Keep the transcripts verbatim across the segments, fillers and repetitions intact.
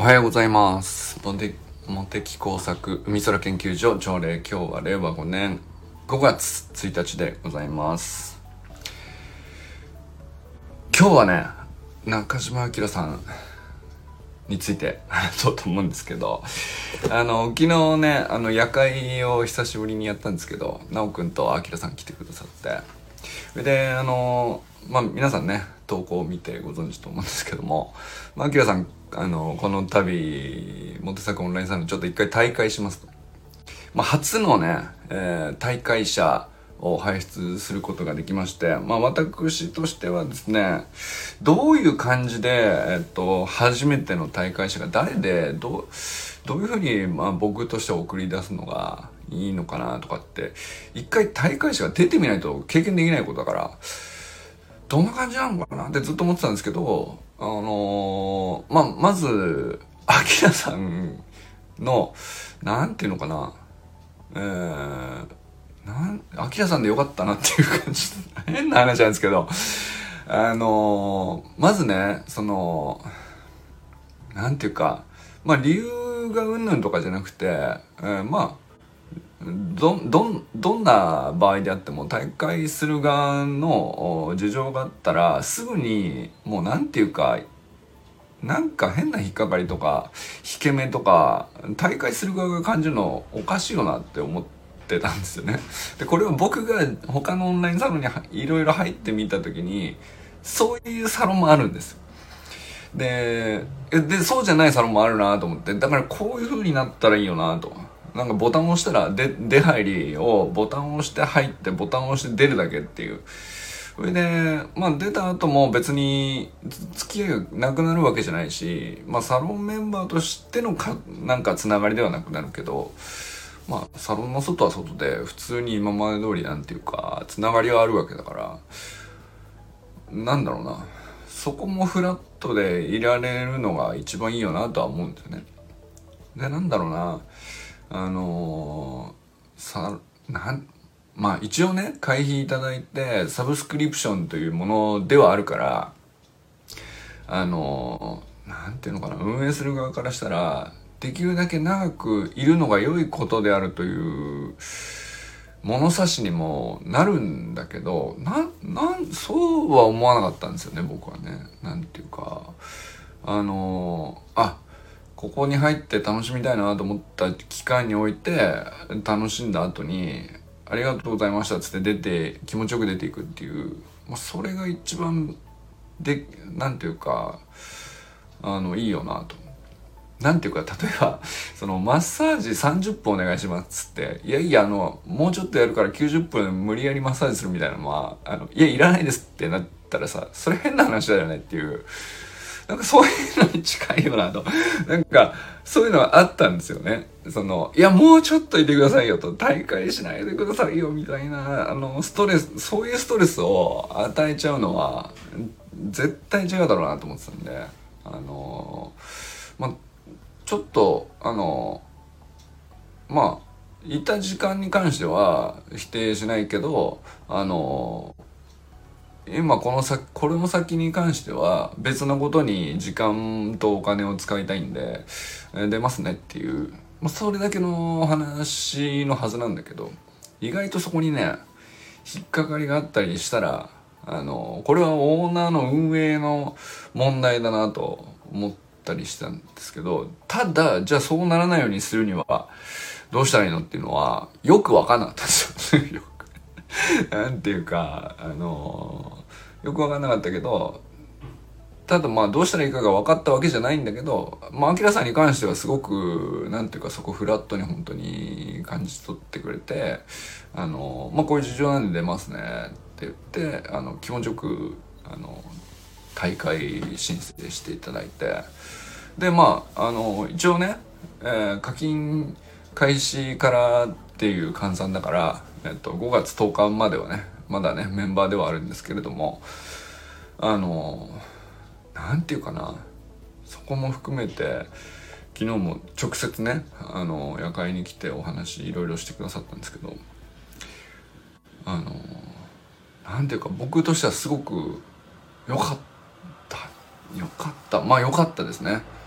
おはようございます。茂木茂木工作海空研究所朝礼、今日はれいわごねんごがつついたちでございます。今日はね、中島明さんについて話そうと思うんですけど、あの昨日ね、あの夜会を久しぶりにやったんですけど、直くんと明さん来てくださって、それであのまあ皆さんね、投稿を見てご存知と思うんですけども、まあ明さんあのこの度モテサクオンラインサロンちょっと一回大会しますと、まあ、初のね、えー、大会者を輩出することができまして、まあ私としてはですね、どういう感じで、えっと、初めての大会者が誰で、どう、どういうふうに、まあ僕としては送り出すのがいいのかなとかって、一回大会者が出てみないと経験できないことだから、どんな感じなのかなってずっと思ってたんですけど、あのー、まあ、まず、アキラさんの、なんていうのかな、えー、なんアキラさんでよかったなっていう感じ、変な話なんですけど、あのー、まずね、そのなんていうか、まあ理由がうんぬんとかじゃなくて、えー、まあどどんどんな場合であっても大会する側の事情があったらすぐにもうなんていうか、なんか変な引っかかりとか引け目とか大会する側が感じるのおかしいよなって思ってたんですよね。でこれは僕が他のオンラインサロンにいろいろ入ってみた時にそういうサロンもあるんです。ででそうじゃないサロンもあるなと思って、だからこういう風になったらいいよなと。なんかボタンを押したらで出入りをボタンを押して入ってボタンを押して出るだけっていう。それでまあ出た後も別に付き合いがなくなるわけじゃないし、まあサロンメンバーとしてのかなんかつながりではなくなるけど、まあサロンの外は外で普通に今まで通りなんていうかつながりはあるわけだから、なんだろうな、そこもフラットでいられるのが一番いいよなとは思うんですよね。でなんだろうな、あのー、さなんまあ一応ね会費いただいてサブスクリプションというものではあるから、あのー、なんていうのかな、運営する側からしたらできるだけ長くいるのが良いことであるという物差しにもなるんだけど、ななんそうは思わなかったんですよね、僕はね。なんていうか、あのー、あここに入って楽しみたいなと思った期間において楽しんだ後にありがとうございましたっつって出て気持ちよく出ていくっていう、まあ、それが一番でなんていうか、あのいいよなと。なんていうか、例えばそのマッサージさんじゅっぷんお願いしますっつって、いやいやあのもうちょっとやるからきゅうじゅっぷん無理やりマッサージするみたいなのは、あのいやいらないですってなったらさ、それ変な話だよねっていう、なんかそういうのに近いよなと。なんかそういうのはあったんですよね。そのいやもうちょっといてくださいよと、大会しないでくださいよみたいな、あのストレス、そういうストレスを与えちゃうのは絶対違うだろうなと思ってたんで、あのまあちょっとあのまあいた時間に関しては否定しないけど、あの今この先これの先に関しては別のことに時間とお金を使いたいんで出ますねっていう、まあ、それだけの話のはずなんだけど、意外とそこにね引っかかりがあったりしたら、あのこれはオーナーの運営の問題だなと思ったりしたんですけど、ただじゃあそうならないようにするにはどうしたらいいのっていうのはよく分かんなかったんですよよくなんていうか、あのよく分かんなかったけど、ただまあどうしたらいいかが分かったわけじゃないんだけど、まあ明さんに関してはすごくなんていうか、そこフラットに本当に感じ取ってくれて、あのまあこういう事情なんで出ますねって言って、あの気持ちよくあの大会申請していただいて、でまああの一応ね、えー、課金開始からっていう換算だから、えっと、ごがつとおかまではねまだねメンバーではあるんですけれども、あのなんていうかな、そこも含めて昨日も直接ねあの夜会に来てお話いろいろしてくださったんですけど、あのなんていうか僕としてはすごく良かった良かったまあ良かったですね。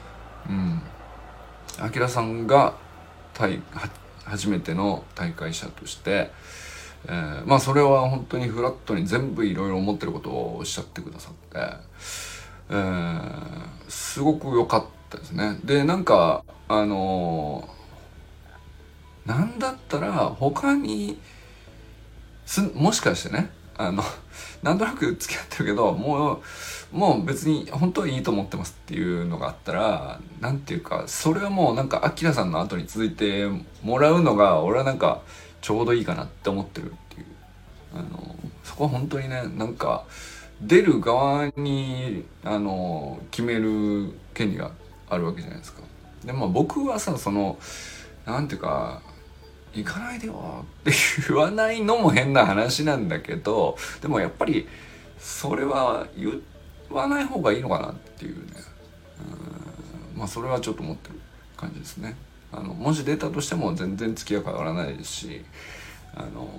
うんアキラさんが大は初めての大会者として、えー、まあそれは本当にフラットに全部いろいろ思ってることをおっしゃってくださって、えー、すごく良かったですね。でなんかあのー、なんだったら他にすもしかしてねあのなんとなく付き合ってるけどもうもう別に本当はいいと思ってますっていうのがあったらなんていうかそれはもうなんかアキラさんの後に続いてもらうのが俺はなんかちょうどいいかなって思ってるっていうあのそこは本当にねなんか出る側にあの決める権利があるわけじゃないですか。でまあ僕はさそのなんていうか行かないでよって言わないのも変な話なんだけどでもやっぱりそれは言わない方がいいのかなっていうねうんまあそれはちょっと思ってる感じですね。あのもし出たとしても全然付き合い変わらないですしあの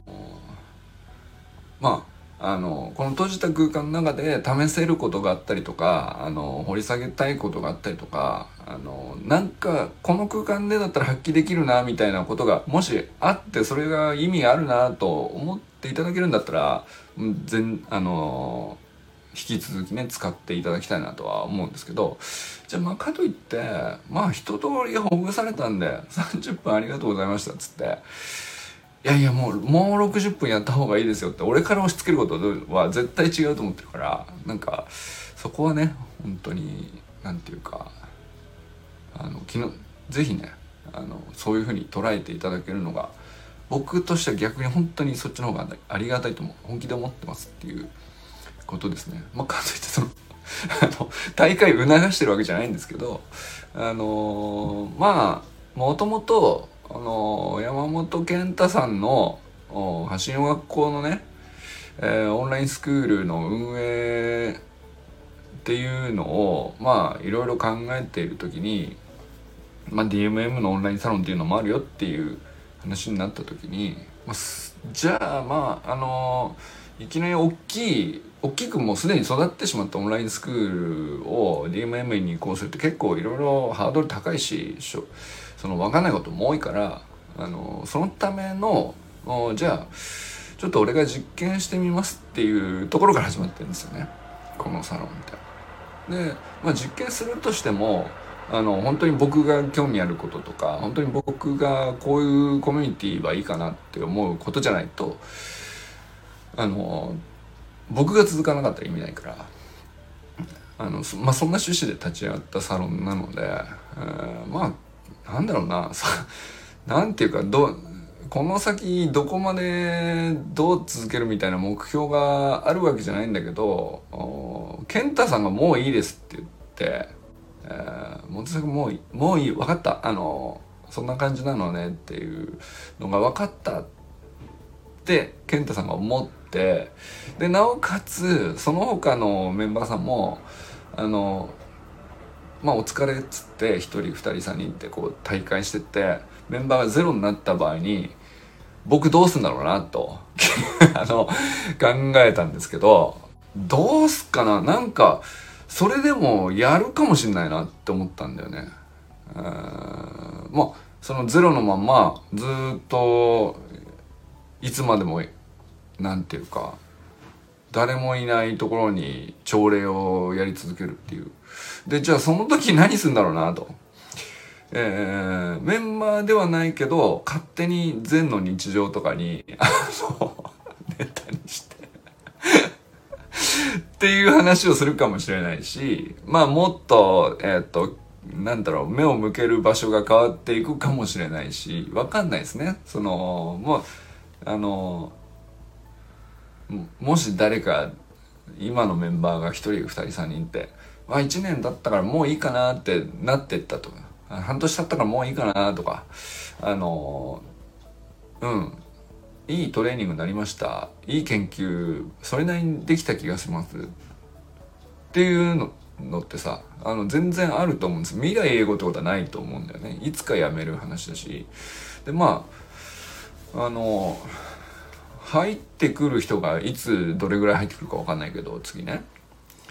まああのこの閉じた空間の中で試せることがあったりとかあの掘り下げたいことがあったりとかあのなんかこの空間でだったら発揮できるなみたいなことがもしあってそれが意味あるなと思っていただけるんだったら全あの引き続きね使っていただきたいなとは思うんですけどじゃあまあかといってまあ一通りほぐされたんでさんじゅっぷんありがとうございましたっつっていやいやもうもうろくじゅっぷんやった方がいいですよって俺から押し付けることは絶対違うと思ってるからなんかそこはね本当になんていうかあの昨日ぜひねあのそういう風に捉えていただけるのが僕としては逆に本当にそっちの方がありがたいと思う本気で思ってますっていうことですね。まあかといってそのあの大会促してるわけじゃないんですけどあのー、まあもともとあの山本健太さんの橋の学校のね、えー、オンラインスクールの運営っていうのをまあいろいろ考えている時に、まあ、ディーエムエム のオンラインサロンっていうのもあるよっていう話になった時に、まあ、じゃあまああのいきなり大きい大きくもうすでに育ってしまったオンラインスクールを ディーエムエム に移行するって結構いろいろハードル高いしその分かんないことも多いからあのそのためのじゃあちょっと俺が実験してみますっていうところから始まってるんですよねこのサロンみたいな。で、まあ、実験するとしてもあの本当に僕が興味あることとか本当に僕がこういうコミュニティはいいかなって思うことじゃないとあの僕が続かなかったら意味ないからあのそ,、まあ、そんな趣旨で立ち上がったサロンなので、えー、まあなんだろうななんていうかどこの先どこまでどう続けるみたいな目標があるわけじゃないんだけど健太さんがもういいですって言って、えー、もうもういいもういい分かったあのそんな感じなのねっていうのが分かったって健太さんが思ってでなおかつその他のメンバーさんもあのまあお疲れっつってひとりふたりさんにんってこう大会してってメンバーがゼロになった場合に僕どうすんだろうなとあの考えたんですけどどうすっかななんかそれでもやるかもしんないなって思ったんだよね。うーんまあそのゼロのまんまずっといつまでもなんていうか誰もいないところに朝礼をやり続けるっていうでじゃあその時何するんだろうなと、えー、メンバーではないけど勝手に禅の日常とかにあのネタにしてっていう話をするかもしれないしまあもっとえー、っとなんだろう目を向ける場所が変わっていくかもしれないしわかんないですね。そのもうあのもし誰か今のメンバーがひとりふたりさんにんってあいちねん経ったからもういいかなってなってったとか半年経ったからもういいかなとかあのうんいいトレーニングになりましたいい研究それなりにできた気がしますっていうののってさあの全然あると思うんです。未来英語ってことはないと思うんだよね。いつかやめる話だしでまああの入ってくる人がいつどれぐらい入ってくるか分かんないけど次ね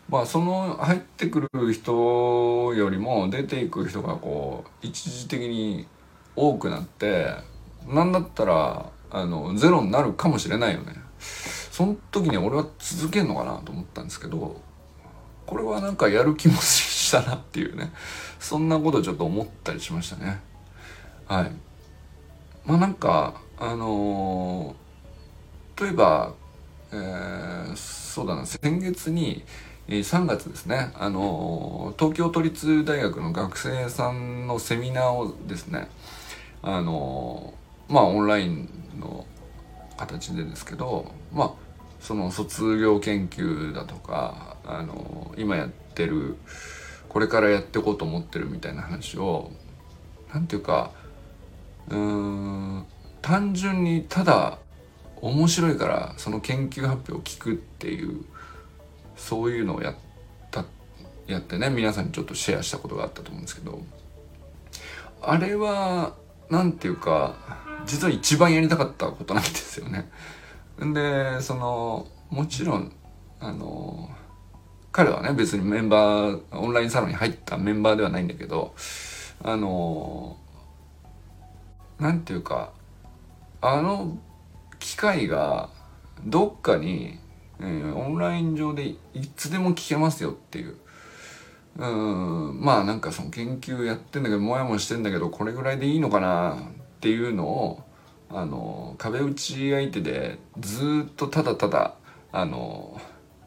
まあその入ってくる人よりも出ていく人がこう一時的に多くなって、なんだったらあのゼロになるかもしれないよね。その時に俺は続けるのかなと思ったんですけど、これはなんかやる気もしたなっていうね、そんなことちょっと思ったりしましたね。はい。まあなんかあのー、例えば、えー、そうだな、先月にさんがつですね、あのー、東京都立大学の学生さんのセミナーをですね、あのー、まあオンラインの形でですけど、まあその卒業研究だとか、あのー、今やってる、これからやっていこうと思ってるみたいな話を、なんていうか、うーん、単純にただ面白いからその研究発表を聞くっていう、そういうのをやったやってね、皆さんにちょっとシェアしたことがあったと思うんですけど、あれはなんていうか実は一番やりたかったことなんですよね。でそのもちろんあの彼はね別にメンバーオンラインサロンに入ったメンバーではないんだけど、あのなんていうかあの機会がどっかに、えー、オンライン上でいつでも聞けますよっていう、うーん、まあなんかその研究やってんだけどもやもやしてんだけどこれぐらいでいいのかなっていうのを、あの壁打ち相手でずっとただただあの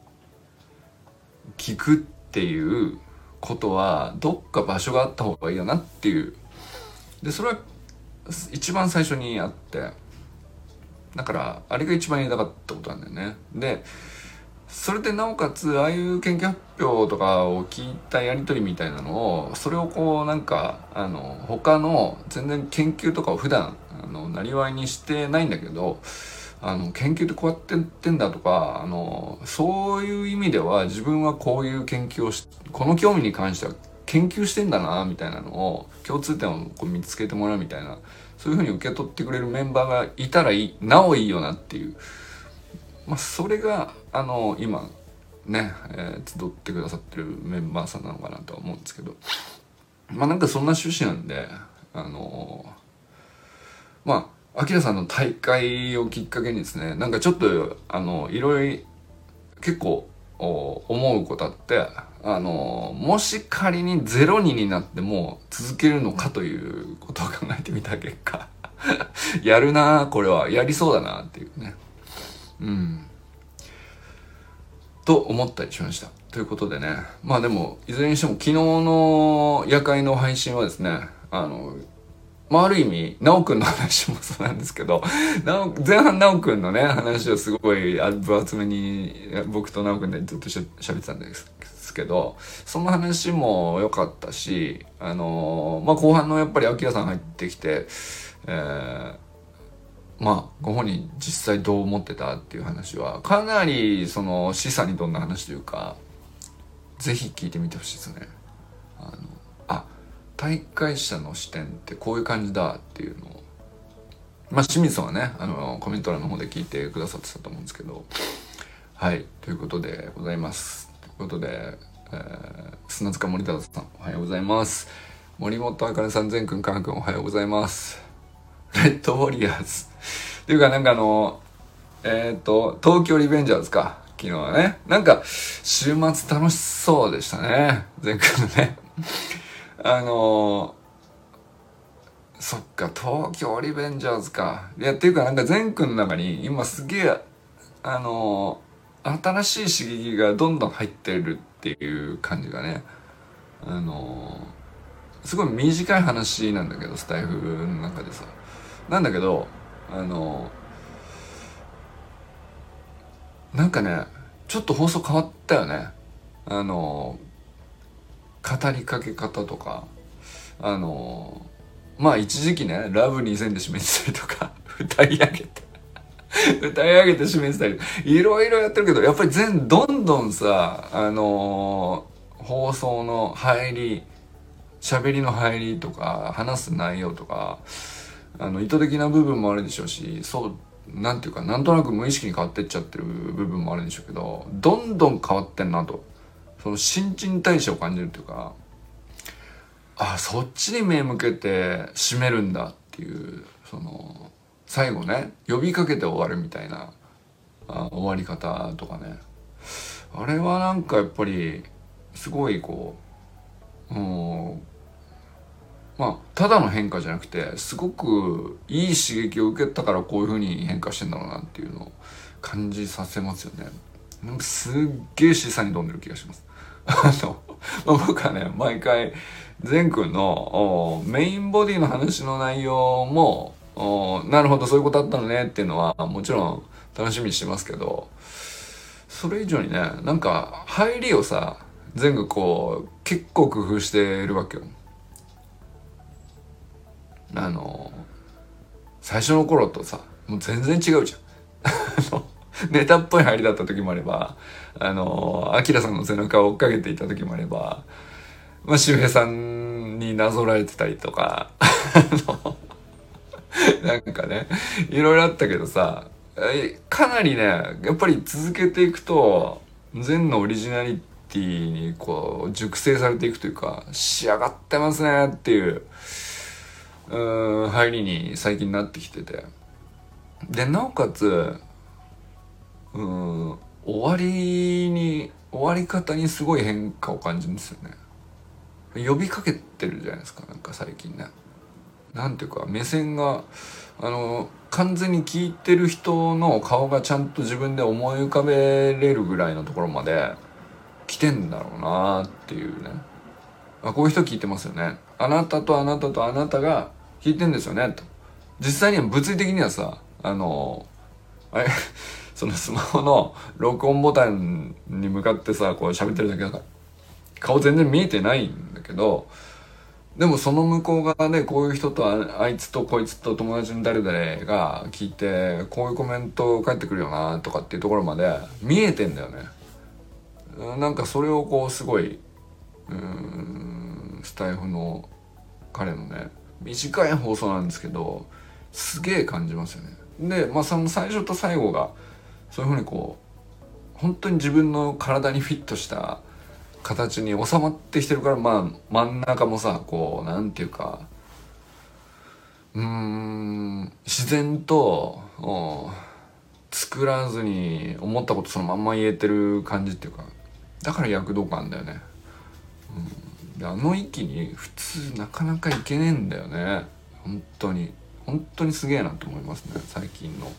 聞くっていうことはどっか場所があった方がいいよなっていう、でそれは一番最初にあって、だからあれが一番やりたかったことなんだよね。でそれでなおかつああいう研究発表とかを聞いたやり取りみたいなのを、それをこうなんかあの他の全然研究とかを普段あのなりわいにしてないんだけど、あの研究ってこうやってやってんだとか、あのそういう意味では自分はこういう研究をしこの興味に関しては研究してんだなみたいなのを共通点をこう見つけてもらうみたいな、そういう風に受け取ってくれるメンバーがいたらいいなおいいよなっていう、まあ、それがあの今ね、えー、集ってくださってるメンバーさんなのかなとは思うんですけど、まあなんかそんな趣旨なんで、あのまあアキラさんの大会をきっかけにですね、なんかちょっとあのいろいろ結構思うことあって、あのもし仮にゼロにになっても続けるのかということを考えてみた結果やるなこれはやりそうだなっていうね、うんと思ったりしました。ということでね、まあでもいずれにしても昨日の夜会の配信はですね、あのまあある意味なおくんの話もそうなんですけど、なお前半なおくんのね話をすごい分厚めに僕となおくんでずっとしゃべってたんですけど、その話も良かったし、あのまあ後半のやっぱりアキラさん入ってきて、えーまあご本人実際どう思ってたっていう話はかなりその示唆に富んだ話というか、ぜひ聞いてみてほしいですね。あのあ大会者の視点ってこういう感じだっていうのを、まあ清水さんはねあのコメント欄の方で聞いてくださってたと思うんですけど、はいということでございます。ということで、えー、砂塚森田さんおはようございます。森本あかねさん、善くんかんくんおはようございます。レッドウォリアーズっていうかなんかあのえっ、ー、と東京リベンジャーズか、昨日はねなんか週末楽しそうでしたね、前回のねあのー、そっか東京リベンジャーズか、いやっていうかなんか前くんの中に今すげえあのー、新しい刺激がどんどん入ってるっていう感じがね、あのー、すごい短い話なんだけどスタイフの中でさなんだけど、あのなんかねちょっと放送変わったよね。あの語りかけ方とか、あのまあ一時期ねラブにせんで締めてたりとか歌い上げて歌い上げて締めてたりいろいろやってるけど、やっぱり全どんどんさあの放送の入り喋りの入りとか話す内容とかあの意図的な部分もあるでしょうし、そうなんていうかなんとなく無意識に変わってっちゃってる部分もあるでしょうけど、どんどん変わってんなとその新陳代謝を感じるというか、あ、そっちに目向けて締めるんだっていう、その最後ね呼びかけて終わるみたいなあ終わり方とかね、あれはなんかやっぱりすごいこう、うん、まあただの変化じゃなくてすごくいい刺激を受けたからこういう風に変化してんだろうなっていうのを感じさせますよね。なんかすっげえ示唆に富んでる気がします。あの、まあ、僕はね毎回善くんのメインボディの話の内容もなるほどそういうことあったのねっていうのはもちろん楽しみにしてますけど、それ以上にねなんか入りをさ全部こう結構工夫してるわけよ。あの最初の頃とさもう全然違うじゃんネタっぽい入りだった時もあれば、あのアキラさんの背中を追っかけていた時もあれば、まあ周平さんになぞられてたりとかなんかねいろいろあったけどさ、かなりねやっぱり続けていくと善のオリジナリティにこう熟成されていくというか、仕上がってますねっていううーん入りに最近なってきてて、でなおかつうーん終わりに終わり方にすごい変化を感じるんですよね。呼びかけてるじゃないですか、なんか最近ね。なんていうか目線があの完全に聞いてる人の顔がちゃんと自分で思い浮かべれるぐらいのところまで来てんだろうなっていうね。あ、こういう人聞いてますよね。あなたとあなたとあなたが聞いてんですよねと。実際には物理的にはさ、あのあれそのスマホの録音ボタンに向かってさこう喋ってるだけだから顔全然見えてないんだけど、でもその向こう側でこういう人と あ, あいつとこいつと友達の誰々が聞いてこういうコメント返ってくるよなとかっていうところまで見えてんだよね。なんかそれをこうすごいうーんスタイフの彼のね短い放送なんですけどすげえ感じますよね。でまあその最初と最後がそういうふうにこう本当に自分の体にフィットした形に収まってきてるから、まあ真ん中もさこうなんていうかうーん自然と作らずに思ったことそのまんま言えてる感じっていうか、だから躍動感だよね。うん、であの域に普通なかなかいけねえんだよね。本当に本当にすげえなと思いますね。最近の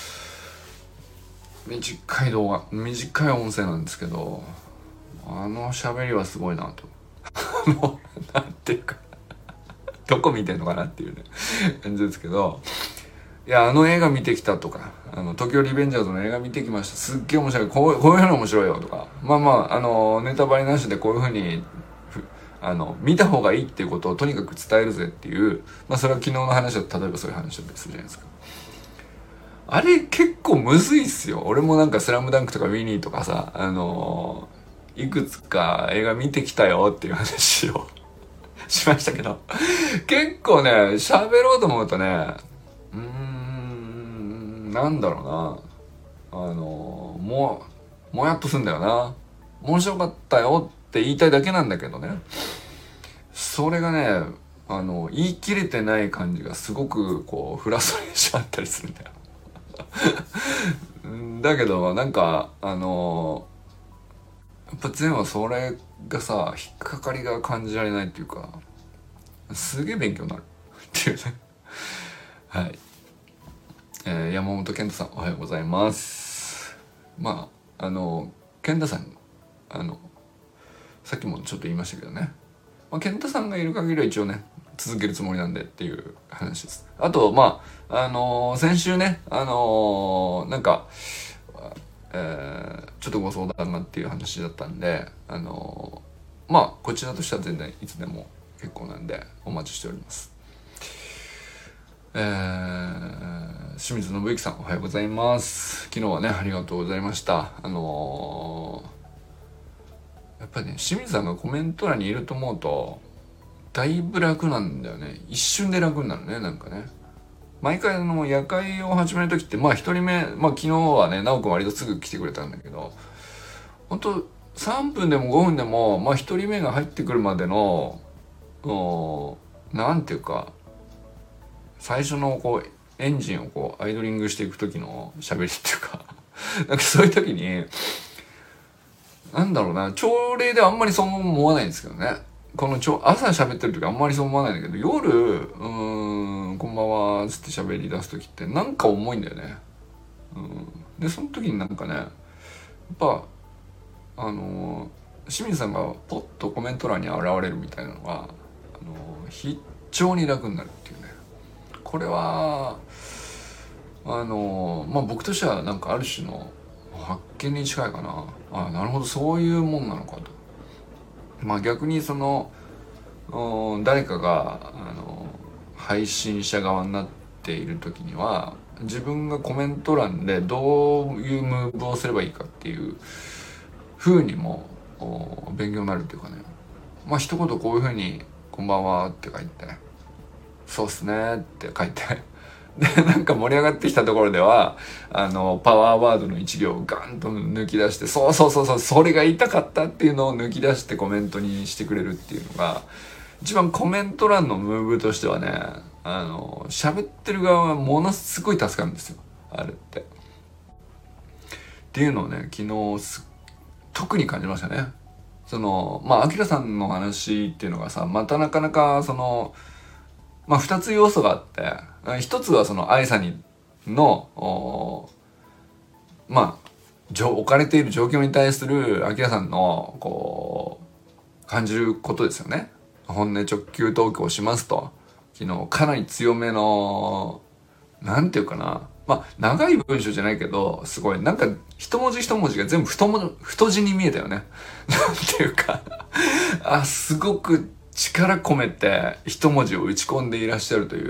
短い動画短い音声なんですけど、あの喋りはすごいなともうなんていうかどこ見てんのかなっていうね感じですけど、いやあの映画見てきたとか、あの東京リベンジャーズの映画見てきました、すっげえ面白い、こうこういうの面白いよとか、まあまああのネタバレなしでこういう風にあの見た方がいいっていうことをとにかく伝えるぜっていう、まあそれは昨日の話だと例えばそういう話だったりするじゃないですか。あれ結構むずいっすよ。俺もなんかスラムダンクとかウィニーとかさ、あのー、いくつか映画見てきたよっていう話をしましたけど、結構ね、喋ろうと思うとね、うーん、なんだろうな、あのー、もう、もやっとすんだよな。面白かったよって言いたいだけなんだけどね。それがね、あの、言い切れてない感じがすごくこう、フラストレーションあったりするんだよ。だけどなんかあのやっぱ全はそれがさ引っかかりが感じられないっていうか、すげえ勉強になるっていうねはい、えー、山本健太さんおはようございます。まああの健太さんあのさっきもちょっと言いましたけどね、まあ、健太さんがいる限りは一応ね続けるつもりなんでっていう話です。あとまああのー、先週ねあのー、なんか、えー、ちょっとご相談がっていう話だったんで、あのー、まあこちらとしては全然いつでも結構なんでお待ちしております。えー、清水信之さんおはようございます。昨日はねありがとうございました。あのー、やっぱりね清水さんがコメント欄にいると思うとだいぶ楽なんだよね。一瞬で楽になるね。なんかね毎回あの夜会を始める時ってまあ一人目まあ昨日はね直くん割とすぐ来てくれたんだけど、本当さんぷんでもごふんでもまあひとりめが入ってくるまでのなんていうか最初のこうエンジンをこうアイドリングしていく時の喋りっていうかなんかそういう時になんだろうな、朝礼であんまりそう思わないんですけどね。このちょ朝喋ってる時あんまりそう思わないんだけど、夜うーんこんばんはつって喋り出す時ってなんか重いんだよね。うん、でその時になんかね、やっぱあのー、清水さんがポッとコメント欄に現れるみたいなのが、あのー、非常に楽になるっていうね。これはあのー、まあ僕としてはなんかある種の発見に近いかな。ああ、なるほど、そういうもんなのかと。まあ逆にその誰かがあの配信者側になっている時には、自分がコメント欄でどういうムーブをすればいいかっていう風にも勉強になるっていうかね。まあ一言こういう風にこんばんはって書いて、そうっすねって書いてでなんか盛り上がってきたところではあのパワーワードの一行をガンと抜き出して、そうそうそうそう、それが言いたかったっていうのを抜き出してコメントにしてくれるっていうのが一番コメント欄のムーブとしてはね、あの喋ってる側はものすごい助かるんですよ、あれってっていうのをね、昨日す特に感じましたね。そのまあアキラさんの話っていうのがさ、またなかなかそのまあ二つ要素があって、一つはその愛さんのまあ置かれている状況に対するアキラさんのこう感じることですよね。本音直球トークをしますと、昨日かなり強めのなんていうかな、まあ長い文章じゃないけど、すごいなんか一文字一文字が全部太も太字に見えたよね。なんていうかあ、すごく力込めて一文字を打ち込んでいらっしゃるという、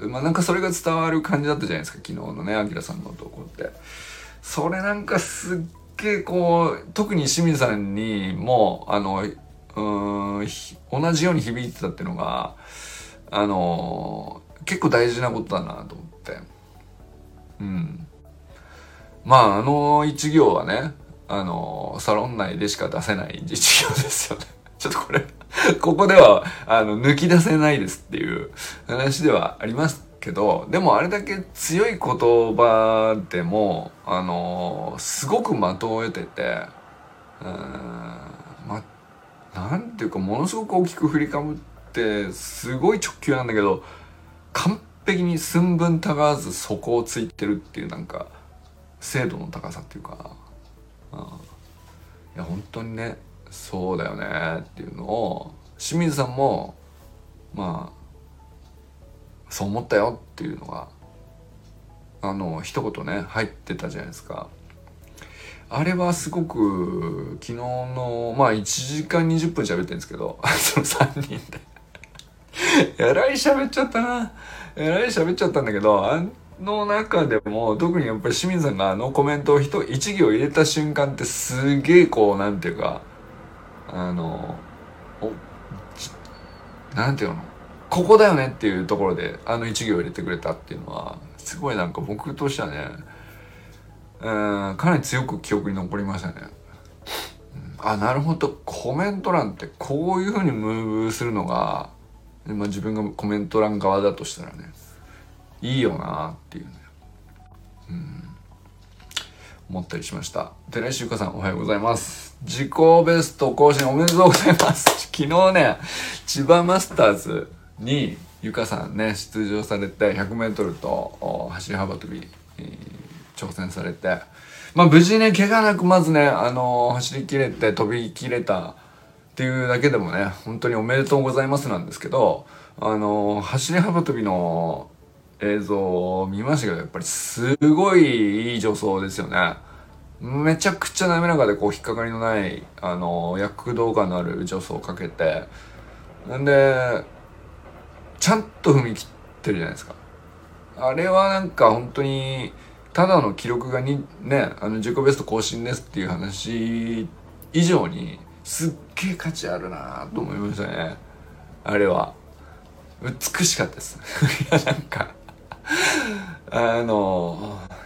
まあなんかそれが伝わる感じだったじゃないですか、昨日のね、アキラさんの投稿って。それなんかすっげえこう、特に清水さんにもあのうーん同じように響いてたっていうのが、あのー、結構大事なことだなと思って。うん。まああの一行はね、あのー、サロン内でしか出せない一行ですよね。ちょっとこれここではあの抜き出せないですっていう話ではありますけど、でもあれだけ強い言葉でもあのー、すごく的を得てて、うーん、まなんていうかものすごく大きく振りかぶってすごい直球なんだけど、完璧に寸分たがわずそこをついてるっていう、なんか精度の高さっていうか、うん、いや本当にねそうだよねっていうのを清水さんもまあそう思ったよっていうのがあの一言ね入ってたじゃないですか。あれはすごく昨日のまあいちじかんにじゅっぷん喋ってるんですけどそのさんにんでえらい喋っちゃったなえらい喋っちゃったんだけど、あの中でも特にやっぱり清水さんがあのコメントを一一行入れた瞬間ってすげえこうなんていうかあのおなんていうのここだよねっていうところであの一行入れてくれたっていうのはすごいなんか僕としてはね、うんかなり強く記憶に残りましたね。あ、なるほど、コメント欄ってこういう風にムーブするのが、まあ、自分がコメント欄側だとしたらねいいよなっていうね、うん、思ったりしました。寺石ゆかさんおはようございます。自己ベスト更新おめでとうございます。昨日ね千葉マスターズにゆかさんね出場されて ひゃくメートル と走り幅跳び、えー、挑戦されて、まあ無事ね怪我なくまずね、あのー、走り切れて飛び切れたっていうだけでもね本当におめでとうございますなんですけど、あのー、走り幅跳びの映像を見ましたけど、やっぱりすごいいい助走ですよね。めちゃくちゃ滑らかでこう引っかかりのないあのー、躍動感のある助走をかけて、んでちゃんと踏み切ってるじゃないですか。あれはなんか本当にただの記録がにねあの自己ベスト更新ですっていう話以上にすっげえ価値あるなと思いましたね。あれは美しかったですいやなんかあの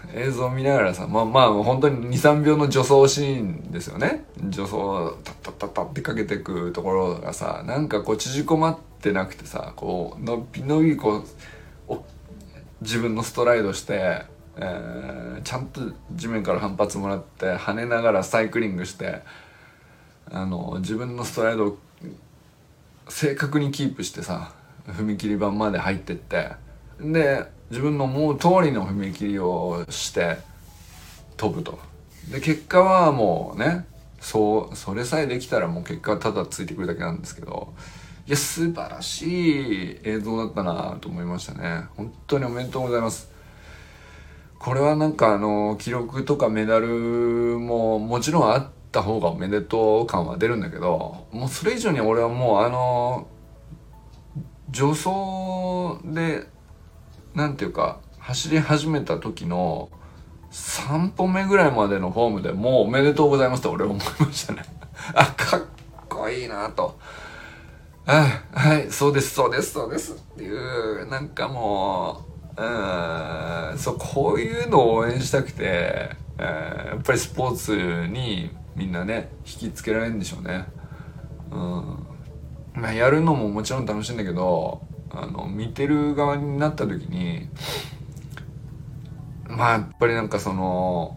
映像見ながらさ、まあまあ本当ににさんびょうの助走シーンですよね。助走タッタッタッタってかけていくところがさ、なんかこう縮こまってなくてさ、こうのびのびこうお自分のストライドして、えー、ちゃんと地面から反発もらって跳ねながらサイクリングして、あの自分のストライドを正確にキープしてさ、踏切板まで入ってって、で自分の思う通りの踏切をして飛ぶと。で結果はもうね、そうそれさえできたらもう結果はただついてくるだけなんですけど、いや素晴らしい映像だったなと思いましたね。本当におめでとうございます。これはなんかあの記録とかメダルももちろんあった方がおめでとう感は出るんだけど、もうそれ以上に俺はもうあの助走でなんていうか走り始めた時のさんぽめぐらいまでのフォームでもうおめでとうございますと俺は思いましたね。あ、かっこいいなと。あ、はいそうですそうですそうですっていう、なんかもう、うん、そうこういうのを応援したくて、えー、やっぱりスポーツにみんなね引きつけられるんでしょうね。うん、まあやるのももちろん楽しいんだけど、あの見てる側になった時に、まあやっぱりなんかその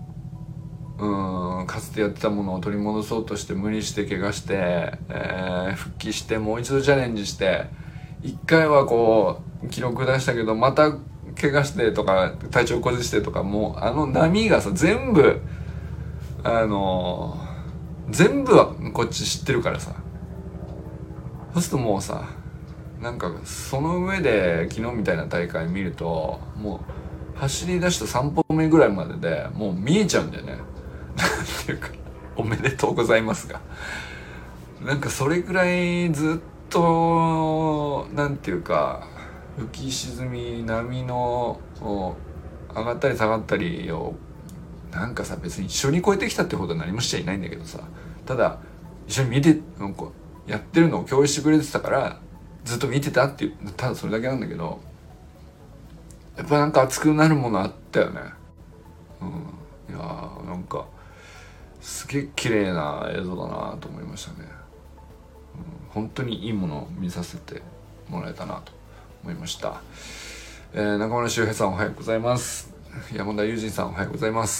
うんかつてやってたものを取り戻そうとして無理して怪我して、えー、復帰してもう一度チャレンジして、一回はこう記録出したけどまた怪我してとか体調崩してとか、もうあの波がさ全部あのー、全部はこっち知ってるからさ、そうするともうさ、なんかその上で昨日みたいな大会見ると、もう走り出したさんぽめぐらいまででもう見えちゃうんだよね。なんていうかおめでとうございますが、なんかそれぐらいずっとなんていうか浮き沈み波の上がったり下がったりをなんかさ別に一緒に越えてきたってほど何もしちゃいないんだけどさ、ただ一緒に見てなんかやってるのを共有してくれてたからずっと見てたっていう、ただそれだけなんだけど、やっぱなんか熱くなるものあったよね。うん、いやーなんかすげえ綺麗な映像だなと思いましたね。うん、本当にいいものを見させてもらえたなと思いました。えー、中村修平さんおはようございます。山田友人さんおはようございます。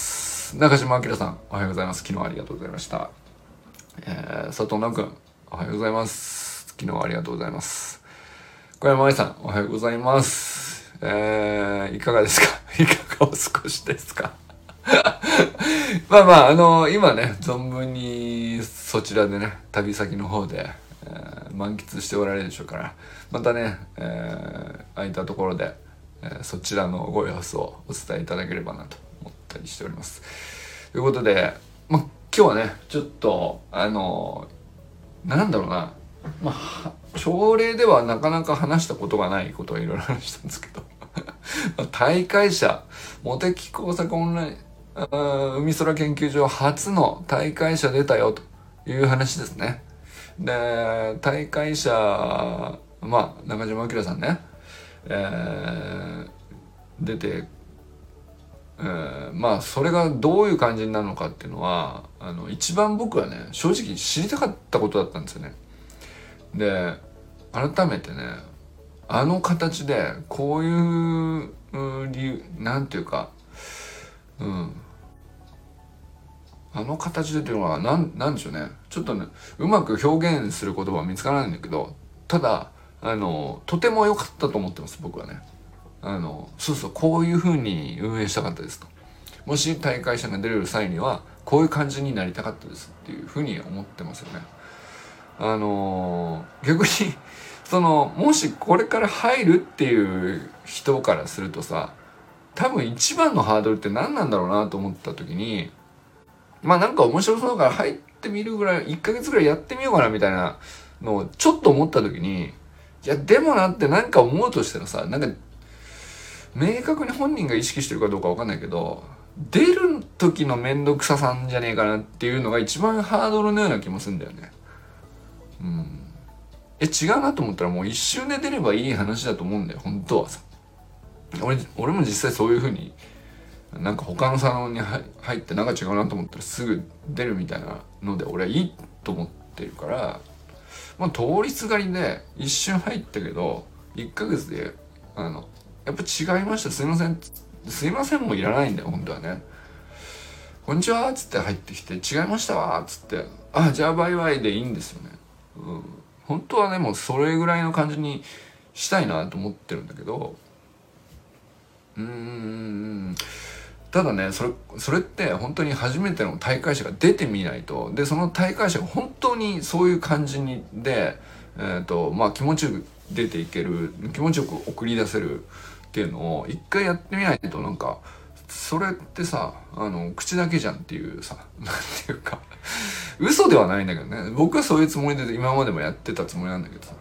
中島明さんおはようございます。昨日ありがとうございました。えー、佐藤直くんおはようございます。昨日ありがとうございます。小山愛さんおはようございます。えー、いかがですかいかがお過ごしですかまあまああのー、今ね存分にそちらでね旅先の方で、えー、満喫しておられるでしょうから、またね、えー、空いたところで、えー、そちらのご様子をお伝えいただければなと思ったりしております。ということで、まあ、今日はねちょっとあのー、なんだろうな、まあ朝礼ではなかなか話したことがないことをいろいろ話したんですけど大会者茂木工作オンライン海空研究所初の大会者出たよという話ですね。で大会者まあ中島明さんね、えー、出て、えー、まあそれがどういう感じになるのかっていうのはあの一番僕はね正直知りたかったことだったんですよね。で改めてねあの形でこういう理由なんていうかうんあの形でっていうのはなんなんでしょうね、ちょっとねうまく表現する言葉は見つからないんだけど、ただあのとても良かったと思ってます僕はね。あのそうそうこういう風に運営したかったですと、もし大会者が出れる際にはこういう感じになりたかったですっていう風に思ってますよね。あの逆にそのもしこれから入るっていう人からするとさ、多分一番のハードルって何なんだろうなと思った時に、まあなんか面白そうだから入ってみるぐらいいっかげつぐらいやってみようかなみたいなのをちょっと思った時に、いやでもなってなんか思うとしたらさ、なんか明確に本人が意識してるかどうかわかんないけど、出る時のめんどくささんじゃねえかなっていうのが一番ハードルのような気もするんだよね。うん。え違うなと思ったらもう一瞬で出ればいい話だと思うんだよ本当はさ。俺俺も実際そういう風になんか他のサロンに入ってなんか違うなと思ったらすぐ出るみたいなので俺はいいと思ってるから、まあ、通りすがりで一瞬入ったけどいっかげつであのやっぱ違いました、すいませんすいませんもいらないんだよ本当はね。こんにちはっつって入ってきて違いましたわっつってあじゃあバイバイでいいんですよね。うん、本当はねもうそれぐらいの感じにしたいなと思ってるんだけど、うーんただねそれそれって本当に初めての大会者が出てみないと、でその大会者が本当にそういう感じにで、えーとまあ、気持ちよく出ていける、気持ちよく送り出せるっていうのを一回やってみないと、なんかそれってさあの口だけじゃんっていうさなんていうか嘘ではないんだけどね、僕はそういうつもりで今までもやってたつもりなんだけどさ、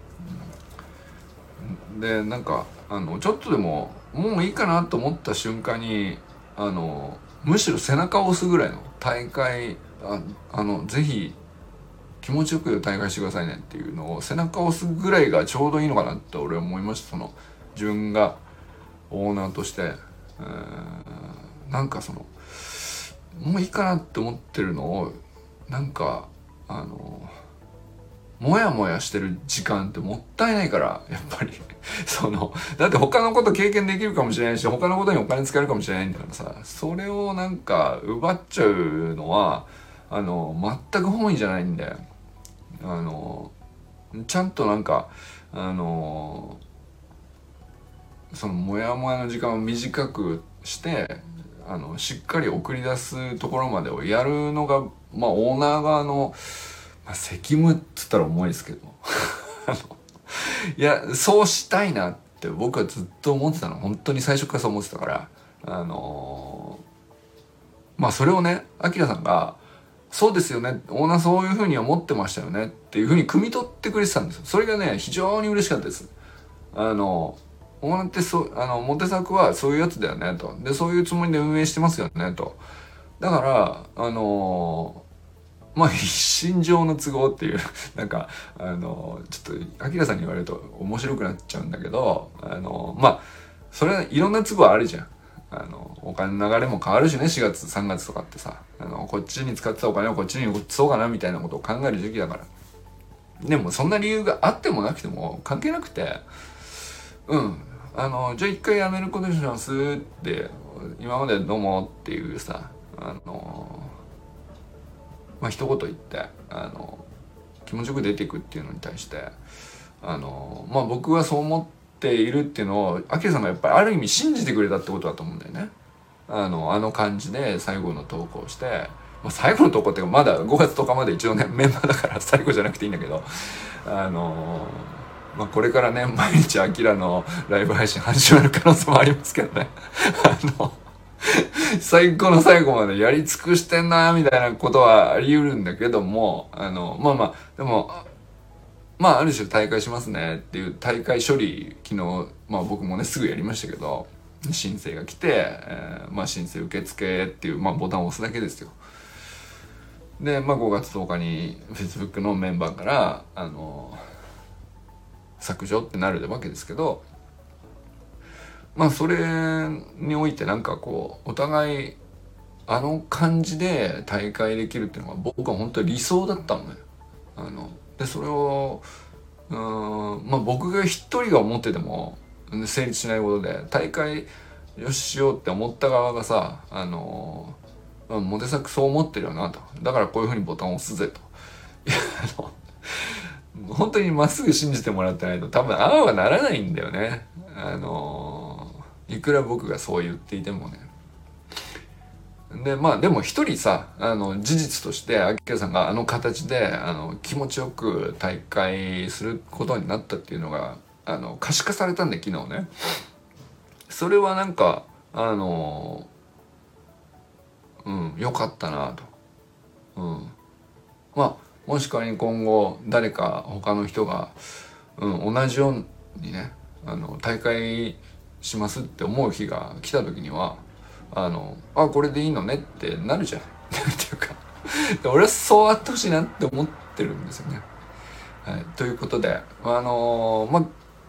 うん、でなんかあのちょっとでももういいかなと思った瞬間にあのむしろ背中を押すぐらいの大会、ああのぜひ気持ちよく大会してくださいねっていうのを背中を押すぐらいがちょうどいいのかなって俺は思いました。その自分がオーナーとして、えー、なんかそのもういいかなって思ってるのをなんかあのもやもやしてる時間ってもったいないから、やっぱりそのだって他のこと経験できるかもしれないし他のことにお金使えるかもしれないんだからさ、それをなんか奪っちゃうのはあの全く本意じゃないんで、あのちゃんとなんかあのそのモヤモヤの時間を短くしてあのしっかり送り出すところまでをやるのが、まあ、オーナー側の、まあ、責務っつったら重いですけどあのいやそうしたいなって僕はずっと思ってたの、本当に最初からそう思ってたから、あのまあそれをねアキラさんがそうですよねオーナーそういうふうに思ってましたよねっていうふうに汲み取ってくれてたんですよ。それがね非常に嬉しかったです。あのオーナーってそうあのモテ作はそういうやつだよねと、でそういうつもりで運営してますよねと、だからあのまあ一身上の都合っていうなんかあのちょっとアキラさんに言われると面白くなっちゃうんだけど、あのまあそれいろんな都合あるじゃん。あのお金の流れも変わるしね、しがつさんがつとかってさ、あのこっちに使ってたお金をこっちに移そうかなみたいなことを考える時期だから。でもそんな理由があってもなくても関係なくて、うんあのじゃあ一回やめることにしますって今までどうもっていうさ、あのまあ一言言ってあの気持ちよく出ていくっていうのに対してあのまあ僕はそう思っているっていうのをアキラさんがやっぱりある意味信じてくれたってことだと思うんだよね。あのあの感じで最後の投稿して、まあ、最後の投稿っていうかまだごがつとおかまで一応ねメンバーだから最後じゃなくていいんだけど、あのまあこれからね毎日アキラのライブ配信始まる可能性もありますけどねあの最後の最後までやり尽くしてんなみたいなことはあり得るんだけども、あのまあまあでもまあある種大会しますねっていう大会処理昨日まあ僕もねすぐやりましたけど、申請が来て、えー、まあ申請受付っていう、まあ、ボタンを押すだけですよ。で、まあ、ごがつとおかに Facebook のメンバーからあの削除ってなるわけですけど、まあそれにおいてなんかこうお互いあの感じで大会できるっていうのが僕は本当に理想だったのね。あのでそれをうーんまあ僕が一人が思ってても成立しないことで、大会よししようって思った側がさ、あのー、モテ作そう思ってるよなと、だからこういうふうにボタンを押すぜといやあの本当にまっすぐ信じてもらってないと多分ああはならないんだよね。あのー、いくら僕がそう言っていてもね。でまあでも一人さあの事実としてアキラさんがあの形であの気持ちよく大会することになったっていうのがあの可視化されたんで昨日ね。それはなんかあのうん良かったなと。うん、まあもし仮に今後誰か他の人が、うん、同じようにねあの大会しますって思う日が来た時にはあのあこれでいいのねってなるじゃんっていうか俺はそうあってほしいなって思ってるんですよね。はい、ということであのまあ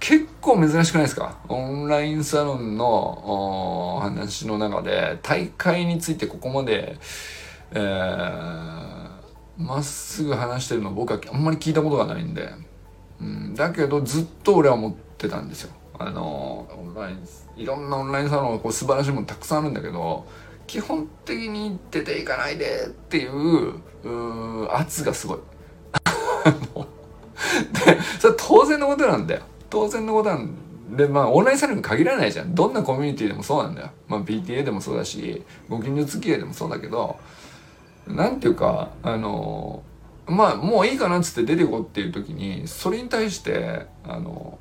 結構珍しくないですか？オンラインサロンの話の中で大会についてここまで、えー、まっすぐ話してるの僕はあんまり聞いたことがないんで、うん、だけどずっと俺は思ってたんですよ。あのオンラインいろんなオンラインサロンこう素晴らしいものたくさんあるんだけど、基本的に出ていかないでっていう、うー圧がすごい。でそれは当然のことなんだよ。当然のことなんで、まあオンラインサロンに限らないじゃん。どんなコミュニティでもそうなんだよ。まあ ピーティーエー でもそうだし、ご近所付き合いでもそうだけど、なんていうか、あのまあもういいかなっつって出ていこうっていう時に、それに対してあの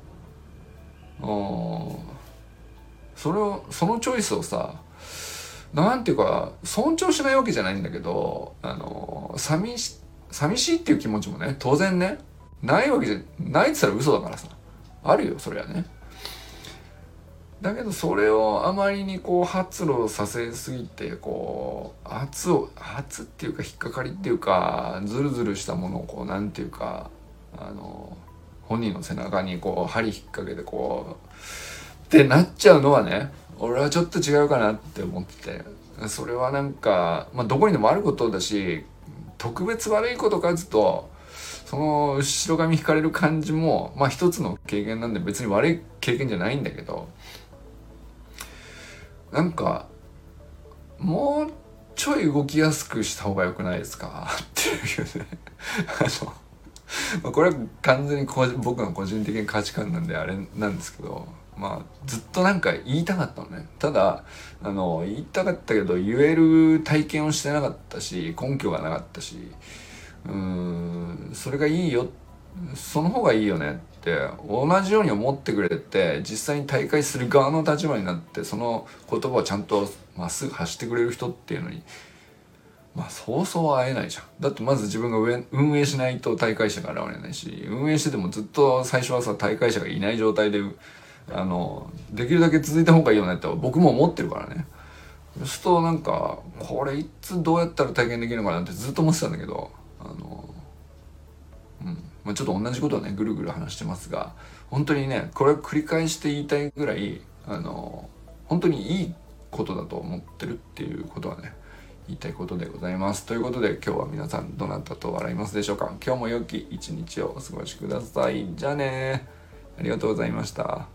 それをそのチョイスをさ、なんていうか尊重しないわけじゃないんだけど、あの寂し寂しいっていう気持ちもね、当然ねないわけじゃないって言ったら嘘だからさ、あるよそれはね。だけどそれをあまりにこう発露させすぎて、こう圧を圧っていうか引っかかりっていうか、ズルズルしたものをこうなんていうか、あの本人の背中にこう針引っ掛けてこうってなっちゃうのはね、俺はちょっと違うかなって思ってて、それはなんか、まあ、どこにでもあることだし、特別悪いことかっつうと、その後ろ髪引かれる感じもまあ一つの経験なんで別に悪い経験じゃないんだけど、なんかもうちょい動きやすくした方が良くないですかっていうねあの、まあ、これは完全に個人僕の個人的な価値観なんであれなんですけど、まあずっとなんか言いたかったのね。ただあの言いたかったけど言える体験をしてなかったし、根拠がなかったし、うーんそれがいいよ、その方がいいよねって同じように思ってくれて、実際に大会する側の立場になってその言葉をちゃんとまっすぐ発してくれる人っていうのに、まあそうそう会えないじゃん。だってまず自分が運営しないと大会者が現れないし、運営しててもずっと最初はさ大会者がいない状態であのできるだけ続いた方がいいよねって僕も思ってるからね。そうするとなんかこれいつどうやったら体験できるのかなってずっと思ってたんだけど、あのうんまあ、ちょっと同じことをねぐるぐる話してますが、本当にねこれを繰り返して言いたいぐらい、あの本当にいいことだと思ってるっていうことはね言いたいことでございます。ということで今日は皆さんどなたと笑いますでしょうか。今日も良き一日をお過ごしください。じゃあね、ありがとうございました。